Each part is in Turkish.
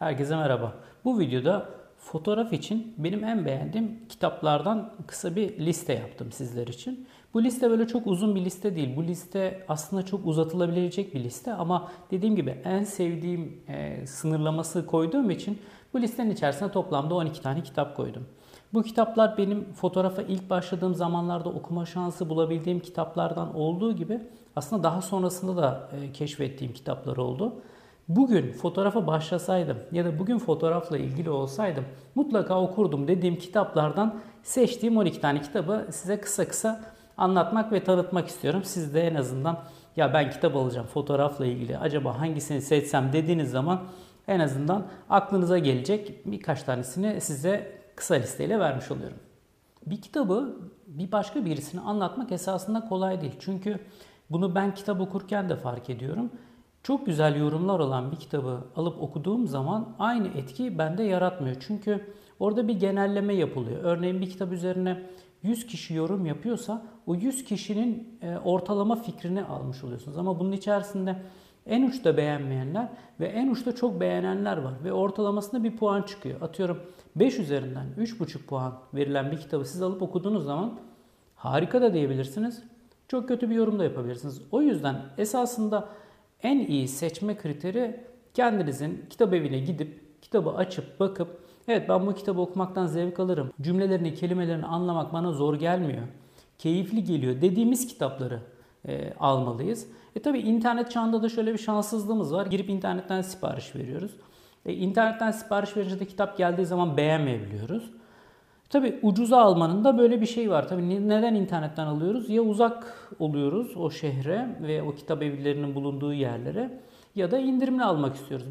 Herkese merhaba. Bu videoda fotoğraf için benim en beğendiğim kitaplardan kısa bir liste yaptım sizler için. Bu liste böyle çok uzun bir liste değil. Bu liste aslında çok uzatılabilecek bir liste ama dediğim gibi en sevdiğim sınırlaması koyduğum için bu listenin içerisine toplamda 12 tane kitap koydum. Bu kitaplar benim fotoğrafa ilk başladığım zamanlarda okuma şansı bulabildiğim kitaplardan olduğu gibi aslında daha sonrasında da keşfettiğim kitaplar oldu. Bugün fotoğrafa başlasaydım ya da bugün fotoğrafla ilgili olsaydım mutlaka okurdum dediğim kitaplardan seçtiğim 12 tane kitabı size kısa kısa anlatmak ve tanıtmak istiyorum. Siz de en azından ya ben kitap alacağım fotoğrafla ilgili acaba hangisini seçsem dediğiniz zaman en azından aklınıza gelecek birkaç tanesini size kısa listeyle vermiş oluyorum. Bir kitabı bir başka birisine anlatmak esasında kolay değil. Çünkü bunu ben kitap okurken de fark ediyorum. Çok güzel yorumlar olan bir kitabı alıp okuduğum zaman aynı etki bende yaratmıyor. Çünkü orada bir genelleme yapılıyor. Örneğin bir kitap üzerine 100 kişi yorum yapıyorsa o 100 kişinin ortalama fikrini almış oluyorsunuz. Ama bunun içerisinde en uçta beğenmeyenler ve en uçta çok beğenenler var. Ve ortalamasında bir puan çıkıyor. Atıyorum 5 üzerinden 3,5 puan verilen bir kitabı siz alıp okuduğunuz zaman harika da diyebilirsiniz. Çok kötü bir yorum da yapabilirsiniz. O yüzden esasında en iyi seçme kriteri kendinizin kitap evine gidip kitabı açıp bakıp evet ben bu kitabı okumaktan zevk alırım. Cümlelerini, kelimelerini anlamak bana zor gelmiyor. Keyifli geliyor dediğimiz kitapları almalıyız. Tabi internet çağında da şöyle bir şanssızlığımız var. Girip internetten sipariş veriyoruz. İnternetten sipariş verince de kitap geldiği zaman beğenmeyebiliyoruz. Tabii ucuza almanın da böyle bir şey var. Tabii neden internetten alıyoruz? Ya uzak oluyoruz o şehre ve o kitap evlerinin bulunduğu yerlere ya da indirimli almak istiyoruz.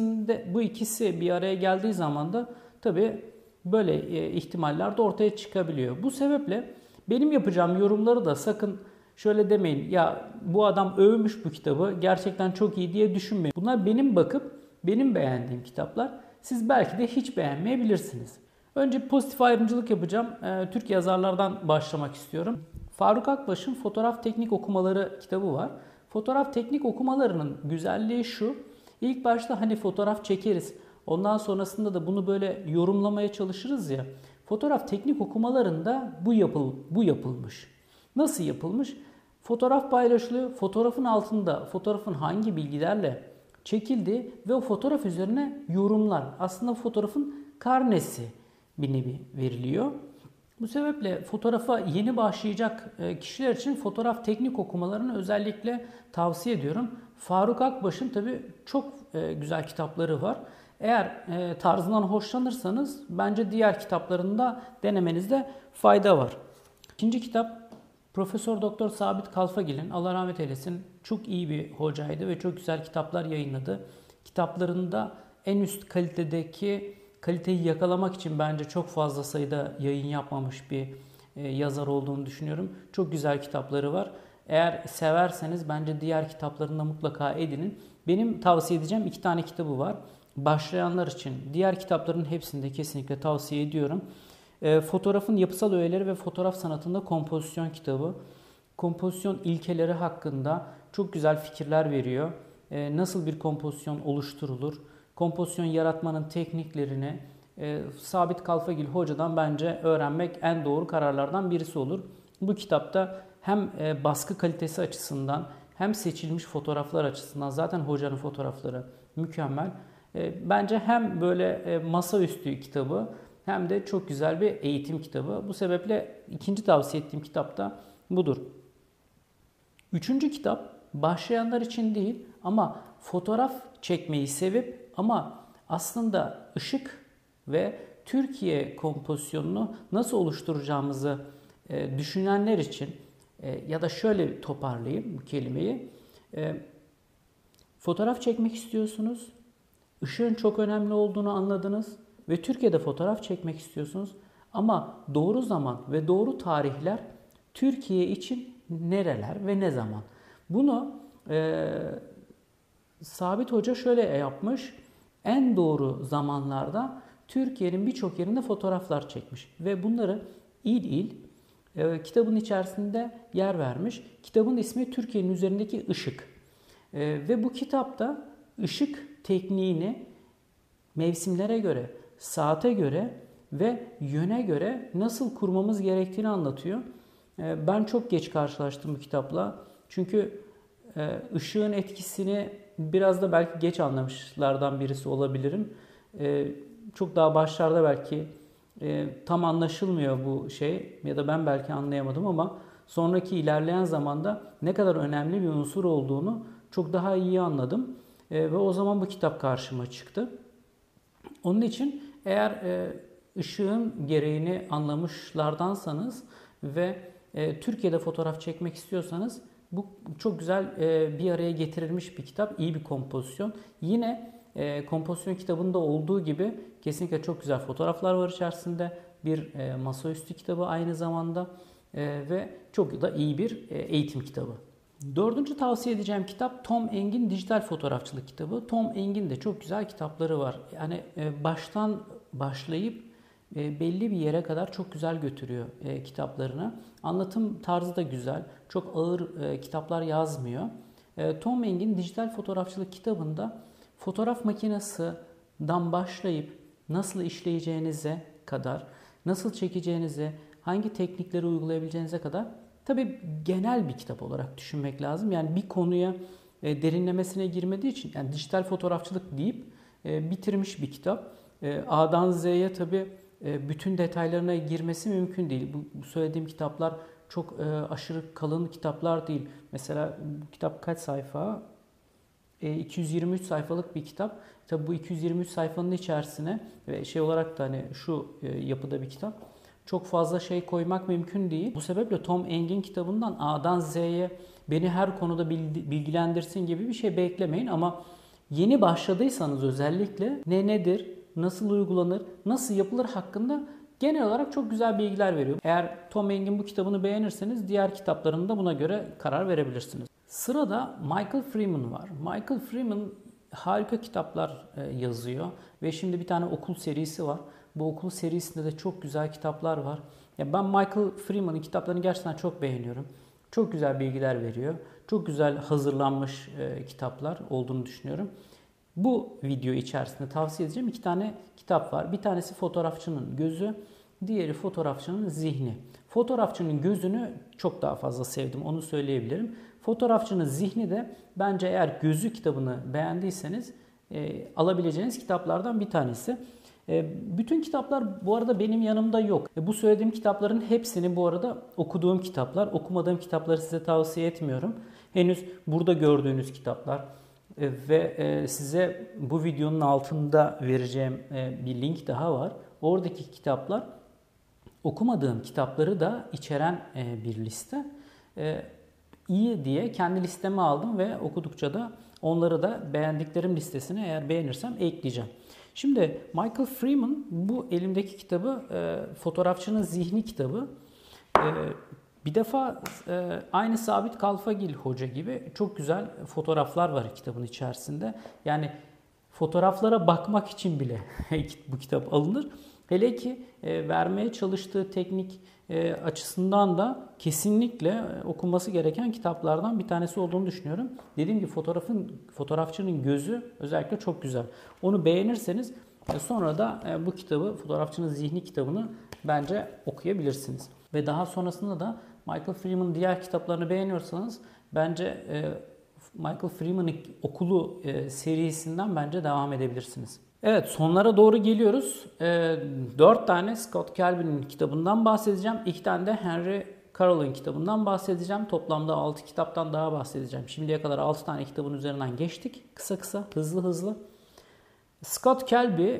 Bu ikisi bir araya geldiği zaman da tabii böyle ihtimaller de ortaya çıkabiliyor. Bu sebeple benim yapacağım yorumları da sakın şöyle demeyin. Ya bu adam övmüş bu kitabı gerçekten çok iyi diye düşünmeyin. Bunlar benim bakıp benim beğendiğim kitaplar. Siz belki de hiç beğenmeyebilirsiniz. Önce pozitif ayrımcılık yapacağım. Türk yazarlardan başlamak istiyorum. Faruk Akbaş'ın Fotoğraf Teknik Okumaları kitabı var. Fotoğraf teknik okumalarının güzelliği şu. İlk başta hani fotoğraf çekeriz. Ondan sonrasında da bunu böyle yorumlamaya çalışırız ya. Fotoğraf teknik okumalarında bu yapılmış. Nasıl yapılmış? Fotoğraf paylaşılıyor. Fotoğrafın altında fotoğrafın hangi bilgilerle çekildiği ve o fotoğraf üzerine yorumlar. Aslında fotoğrafın karnesi bir nevi veriliyor. Bu sebeple fotoğrafa yeni başlayacak kişiler için fotoğraf teknik okumalarını özellikle tavsiye ediyorum. Faruk Akbaş'ın tabii çok güzel kitapları var. Eğer tarzından hoşlanırsanız bence diğer kitaplarını da denemenizde fayda var. İkinci kitap Profesör Doktor Sabit Kalfagil'in, Allah rahmet eylesin, çok iyi bir hocaydı ve çok güzel kitaplar yayınladı. Kitaplarında en üst kaliteyi yakalamak için bence çok fazla sayıda yayın yapmamış bir yazar olduğunu düşünüyorum. Çok güzel kitapları var. Eğer severseniz bence diğer kitaplarını da mutlaka edinin. Benim tavsiye edeceğim 2 tane kitabı var. Başlayanlar için diğer kitapların hepsini de kesinlikle tavsiye ediyorum. Fotoğrafın yapısal öğeleri ve fotoğraf sanatında kompozisyon kitabı. Kompozisyon ilkeleri hakkında çok güzel fikirler veriyor. Nasıl bir kompozisyon oluşturulur? Kompozisyon yaratmanın tekniklerini Sabit Kalfagil hocadan bence öğrenmek en doğru kararlardan birisi olur. Bu kitapta hem baskı kalitesi açısından hem seçilmiş fotoğraflar açısından zaten hocanın fotoğrafları mükemmel. Bence hem böyle masaüstü kitabı hem de çok güzel bir eğitim kitabı. Bu sebeple ikinci tavsiye ettiğim kitap da budur. Üçüncü kitap başlayanlar için değil ama fotoğraf çekmeyi sevip ama aslında ışık ve Türkiye kompozisyonunu nasıl oluşturacağımızı düşünenler için ya da şöyle toparlayayım bu kelimeyi. Fotoğraf çekmek istiyorsunuz, ışığın çok önemli olduğunu anladınız ve Türkiye'de fotoğraf çekmek istiyorsunuz ama doğru zaman ve doğru tarihler Türkiye için nereler ve ne zaman? Bunu Sabit Hoca şöyle yapmış. En doğru zamanlarda Türkiye'nin birçok yerinde fotoğraflar çekmiş ve bunları il il kitabın içerisinde yer vermiş. Kitabın ismi Türkiye'nin üzerindeki ışık. Ve bu kitapta ışık tekniğini mevsimlere göre, saate göre ve yöne göre nasıl kurmamız gerektiğini anlatıyor. Ben çok geç karşılaştım bu kitapla. Çünkü ışığın etkisini biraz da belki geç anlamışlardan birisi olabilirim. Çok daha başlarda belki tam anlaşılmıyor bu şey ya da ben belki anlayamadım ama sonraki ilerleyen zamanda ne kadar önemli bir unsur olduğunu çok daha iyi anladım. Ve o zaman bu kitap karşıma çıktı. Onun için eğer ışığın gereğini anlamışlardansanız ve Türkiye'de fotoğraf çekmek istiyorsanız bu çok güzel bir araya getirilmiş bir kitap, iyi bir kompozisyon. Yine kompozisyon kitabında olduğu gibi kesinlikle çok güzel fotoğraflar var içerisinde. Bir masaüstü kitabı aynı zamanda ve çok da iyi bir eğitim kitabı. Dördüncü tavsiye edeceğim kitap Tom Eng'in Dijital Fotoğrafçılık kitabı. Tom Eng'in de çok güzel kitapları var. Yani baştan başlayıp belli bir yere kadar çok güzel götürüyor kitaplarını. Anlatım tarzı da güzel. Çok ağır kitaplar yazmıyor. Tom Eng'in Dijital Fotoğrafçılık kitabında fotoğraf makinesinden başlayıp nasıl işleyeceğinize kadar, nasıl çekeceğinize, hangi teknikleri uygulayabileceğinize kadar tabii genel bir kitap olarak düşünmek lazım. Yani bir konuya derinlemesine girmediği için yani dijital fotoğrafçılık deyip bitirmiş bir kitap. A'dan Z'ye tabii bütün detaylarına girmesi mümkün değil. Bu söylediğim kitaplar çok aşırı kalın kitaplar değil. Mesela bu kitap kaç sayfa? 223 sayfalık bir kitap. Tabii bu 223 sayfanın içerisine ve şey olarak da hani şu yapıda bir kitap. Çok fazla şey koymak mümkün değil. Bu sebeple Tom Eng'in kitabından A'dan Z'ye beni her konuda bilgilendirsin gibi bir şey beklemeyin. Ama yeni başladıysanız özellikle nedir, nasıl uygulanır, nasıl yapılır hakkında genel olarak çok güzel bilgiler veriyor. Eğer Tom Eng'in bu kitabını beğenirseniz diğer kitaplarını da buna göre karar verebilirsiniz. Sırada Michael Freeman var. Michael Freeman harika kitaplar yazıyor ve şimdi bir tane okul serisi var. Bu okul serisinde de çok güzel kitaplar var. Ya ben Michael Freeman'ın kitaplarını gerçekten çok beğeniyorum. Çok güzel bilgiler veriyor. Çok güzel hazırlanmış kitaplar olduğunu düşünüyorum. Bu video içerisinde tavsiye edeceğim iki tane kitap var. Bir tanesi Fotoğrafçının Gözü, diğeri Fotoğrafçının Zihni. Fotoğrafçının Gözü'nü çok daha fazla sevdim, onu söyleyebilirim. Fotoğrafçının Zihni de bence eğer Gözü kitabını beğendiyseniz alabileceğiniz kitaplardan bir tanesi. Bütün kitaplar bu arada benim yanımda yok. Bu söylediğim kitapların hepsini bu arada okuduğum kitaplar. Okumadığım kitapları size tavsiye etmiyorum. Henüz burada gördüğünüz kitaplar ve size bu videonun altında vereceğim bir link daha var. Oradaki kitaplar okumadığım kitapları da içeren bir liste. İyi diye kendi listeme aldım ve okudukça da onları da beğendiklerim listesine eğer beğenirsem ekleyeceğim. Şimdi Michael Freeman bu elimdeki kitabı Fotoğrafçının Zihni kitabı. Bir defa aynı Sabit Kalfagil Hoca gibi çok güzel fotoğraflar var kitabın içerisinde. Yani fotoğraflara bakmak için bile bu kitap alınır. Hele ki vermeye çalıştığı teknik açısından da kesinlikle okunması gereken kitaplardan bir tanesi olduğunu düşünüyorum. Dediğim gibi fotoğrafçının gözü özellikle çok güzel. Onu beğenirseniz sonra da bu kitabı, Fotoğrafçının Zihni kitabını bence okuyabilirsiniz. Ve daha sonrasında da Michael Freeman'ın diğer kitaplarını beğeniyorsanız bence Michael Freeman'ın Okulu serisinden bence devam edebilirsiniz. Evet, sonlara doğru geliyoruz. 4 tane Scott Kelby'nin kitabından bahsedeceğim. 2 tane de Henry Carroll'ın kitabından bahsedeceğim. Toplamda 6 kitaptan daha bahsedeceğim. Şimdiye kadar 6 tane kitabın üzerinden geçtik. Kısa kısa, hızlı hızlı. Scott Kelby,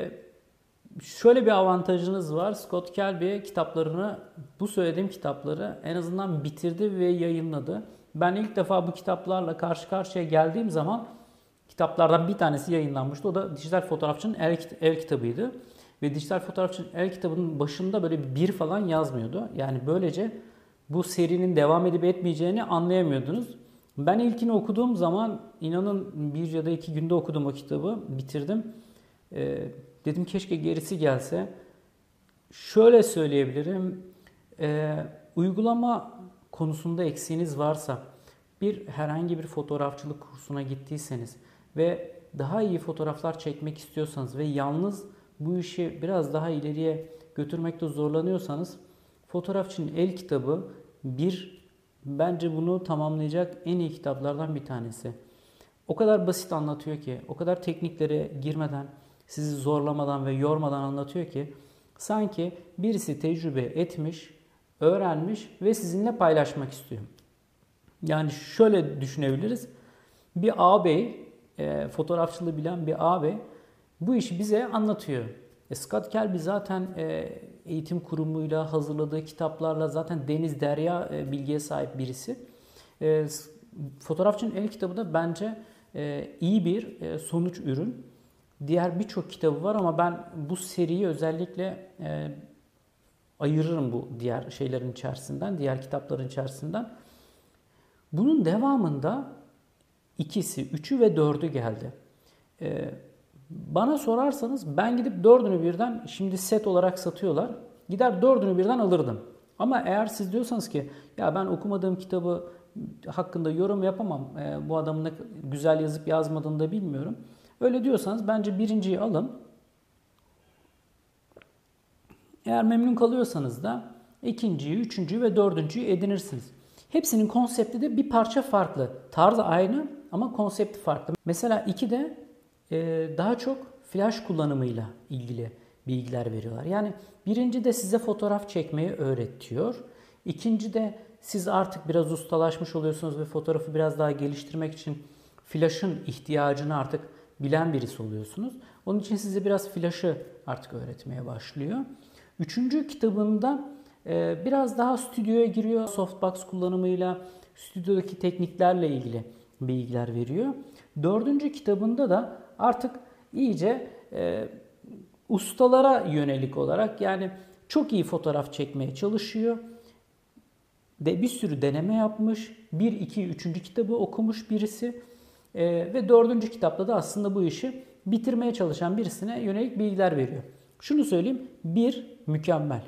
şöyle bir avantajınız var. Scott Kelby kitaplarını, bu söylediğim kitapları en azından bitirdi ve yayınladı. Ben ilk defa bu kitaplarla karşı karşıya geldiğim zaman kitaplardan bir tanesi yayınlanmıştı. O da Dijital Fotoğrafçının El kitabıydı. Ve Dijital Fotoğrafçının El kitabının başında böyle bir falan yazmıyordu. Yani böylece bu serinin devam edip etmeyeceğini anlayamıyordunuz. Ben ilkini okuduğum zaman inanın 1 ya da 2 günde okudum o kitabı. Bitirdim. Dedim keşke gerisi gelse. Şöyle söyleyebilirim. Uygulama konusunda eksiğiniz varsa, herhangi bir fotoğrafçılık kursuna gittiyseniz ve daha iyi fotoğraflar çekmek istiyorsanız ve yalnız bu işi biraz daha ileriye götürmekte zorlanıyorsanız Fotoğrafçının El Kitabı bence bunu tamamlayacak en iyi kitaplardan bir tanesi. O kadar basit anlatıyor ki, o kadar tekniklere girmeden, sizi zorlamadan ve yormadan anlatıyor ki sanki birisi tecrübe etmiş, öğrenmiş ve sizinle paylaşmak istiyor. Yani şöyle düşünebiliriz. Bir ağabey, fotoğrafçılığı bilen bir ağabey bu işi bize anlatıyor. Scott Kelby zaten eğitim kurumuyla hazırladığı kitaplarla zaten deniz derya bilgiye sahip birisi. Fotoğrafçının El Kitabı da bence iyi bir sonuç ürün. Diğer birçok kitabı var ama ben bu seriyi özellikle ayırırım bu diğer şeylerin içerisinden, diğer kitapların içerisinden. Bunun devamında ikisi, üçü ve dördü geldi. Bana sorarsanız ben gidip dördünü birden şimdi set olarak satıyorlar. Gider dördünü birden alırdım. Ama eğer siz diyorsanız ki ya ben okumadığım kitabı hakkında yorum yapamam. Bu adamın ne güzel yazıp yazmadığını da bilmiyorum. Öyle diyorsanız bence birinciyi alın. Eğer memnun kalıyorsanız da ikinciyi, üçüncüyü ve dördüncüyü edinirsiniz. Hepsinin konsepti de bir parça farklı. Tarzı aynı ama konsepti farklı. Mesela 2'de daha çok flash kullanımıyla ilgili bilgiler veriyorlar. Yani birinci de size fotoğraf çekmeyi öğretiyor. İkinci de siz artık biraz ustalaşmış oluyorsunuz ve fotoğrafı biraz daha geliştirmek için flash'ın ihtiyacını artık bilen birisi oluyorsunuz. Onun için size biraz flash'ı artık öğretmeye başlıyor. Üçüncü kitabında biraz daha stüdyoya giriyor. Softbox kullanımıyla stüdyodaki tekniklerle ilgili bilgiler veriyor. Dördüncü kitabında da artık iyice ustalara yönelik olarak yani çok iyi fotoğraf çekmeye çalışıyor. Bir sürü deneme yapmış. 1, 2, 3. kitabı okumuş birisi. Ve 4. kitapta da aslında bu işi bitirmeye çalışan birisine yönelik bilgiler veriyor. Şunu söyleyeyim. 1 mükemmel.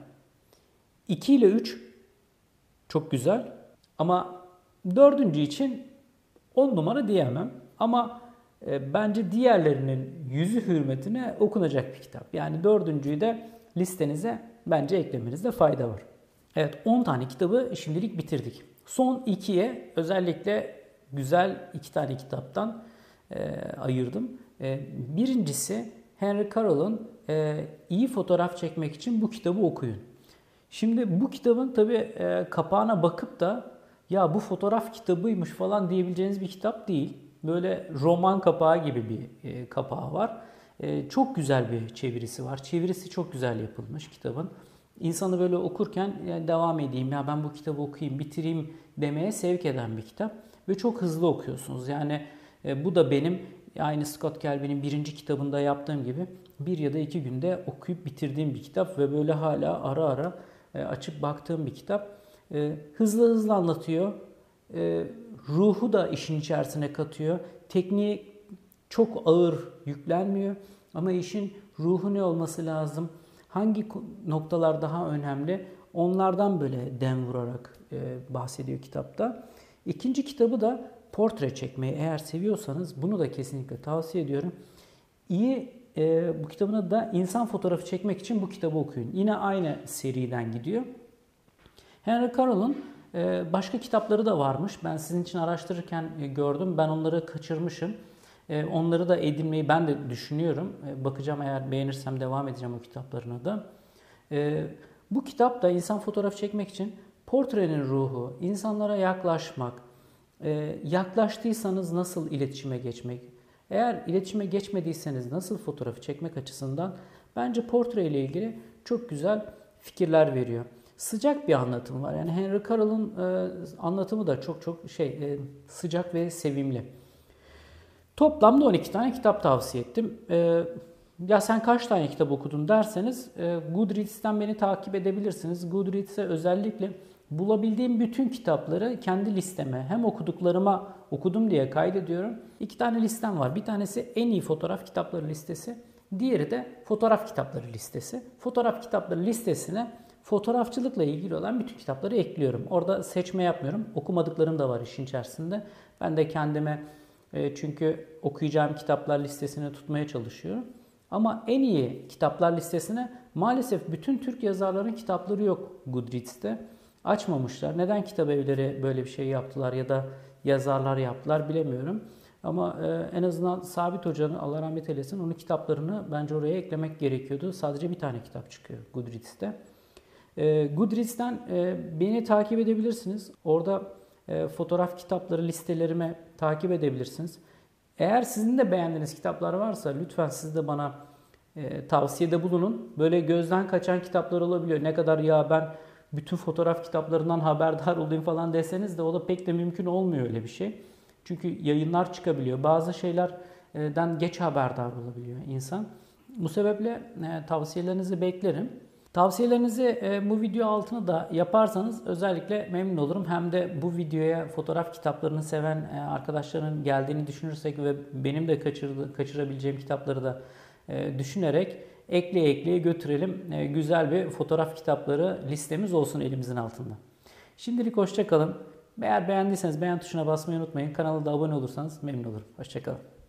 2 ile 3 çok güzel. Ama 4. için 10 numara diyemem. Ama bence diğerlerinin yüzü hürmetine okunacak bir kitap. Yani 4.'yü de listenize bence eklemenizde fayda var. Evet, 10 tane kitabı şimdilik bitirdik. Son 2'ye özellikle güzel 2 tane kitaptan ayırdım. Birincisi Henry Carroll'ın iyi fotoğraf çekmek için bu kitabı okuyun. Şimdi bu kitabın tabii kapağına bakıp da ya bu fotoğraf kitabıymış falan diyebileceğiniz bir kitap değil. Böyle roman kapağı gibi bir kapağı var. Çok güzel bir çevirisi var. Çevirisi çok güzel yapılmış kitabın. İnsanı böyle okurken devam edeyim ya ben bu kitabı okuyayım, bitireyim demeye sevk eden bir kitap. Ve çok hızlı okuyorsunuz. Yani bu da benim aynı Scott Kelby'nin 1. kitabında yaptığım gibi 1 ya da 2 günde okuyup bitirdiğim bir kitap ve böyle hala ara ara açıp baktığım bir kitap. Hızlı hızlı anlatıyor. Ruhu da işin içerisine katıyor. Tekniği çok ağır yüklenmiyor. Ama işin ruhu ne olması lazım? Hangi noktalar daha önemli? Onlardan böyle dem vurarak bahsediyor kitapta. 2. kitabı da portre çekmeyi eğer seviyorsanız bunu da kesinlikle tavsiye ediyorum. Bu kitabın adı da insan fotoğrafı çekmek için bu kitabı okuyun. Yine aynı seriden gidiyor. Henry Carroll'ın başka kitapları da varmış. Ben sizin için araştırırken gördüm. Ben onları kaçırmışım. Onları da edinmeyi ben de düşünüyorum. Bakacağım eğer beğenirsem devam edeceğim o kitaplarına da. Bu kitap da insan fotoğrafı çekmek için portrenin ruhu, insanlara yaklaşmak, yaklaştıysanız nasıl iletişime geçmek, eğer iletişime geçmediyseniz nasıl fotoğrafı çekmek açısından bence portre ile ilgili çok güzel fikirler veriyor. Sıcak bir anlatım var. Yani Henry Carroll'ın anlatımı da çok sıcak ve sevimli. Toplamda 12 tane kitap tavsiye ettim. Ya sen kaç tane kitap okudun derseniz Goodreads'ten beni takip edebilirsiniz. Goodreads'e özellikle bulabildiğim bütün kitapları kendi listeme hem okuduklarıma okudum diye kaydediyorum. 2 tane listem var. Bir tanesi en iyi fotoğraf kitapları listesi. Diğeri de fotoğraf kitapları listesi. Fotoğraf kitapları listesine fotoğrafçılıkla ilgili olan bütün kitapları ekliyorum. Orada seçme yapmıyorum. Okumadıklarım da var işin içerisinde. Ben de kendime Çünkü okuyacağım kitaplar listesini tutmaya çalışıyorum. Ama en iyi kitaplar listesine maalesef bütün Türk yazarların kitapları yok Goodreads'te. Açmamışlar. Neden kitap evleri böyle bir şey yaptılar ya da yazarlar yaptılar bilemiyorum. Ama en azından Sabit Hoca'nın, Allah rahmet eylesin, onun kitaplarını bence oraya eklemek gerekiyordu. Sadece bir tane kitap çıkıyor Goodreads'te. Goodreads'ten beni takip edebilirsiniz. Orada fotoğraf kitapları listelerimi takip edebilirsiniz. Eğer sizin de beğendiğiniz kitaplar varsa lütfen siz de bana tavsiyede bulunun. Böyle gözden kaçan kitaplar olabiliyor. Ne kadar ya ben bütün fotoğraf kitaplarından haberdar olayım falan deseniz de o da pek de mümkün olmuyor öyle bir şey. Çünkü yayınlar çıkabiliyor. Bazı şeylerden geç haberdar olabiliyor insan. Bu sebeple tavsiyelerinizi beklerim. Tavsiyelerinizi bu video altına da yaparsanız özellikle memnun olurum. Hem de bu videoya fotoğraf kitaplarını seven arkadaşların geldiğini düşünürsek ve benim de kaçırabileceğim kitapları da düşünerek ekleye götürelim. Güzel bir fotoğraf kitapları listemiz olsun elimizin altında. Şimdilik hoşça kalın. Eğer beğendiyseniz beğen tuşuna basmayı unutmayın. Kanala da abone olursanız memnun olurum. Hoşça kalın.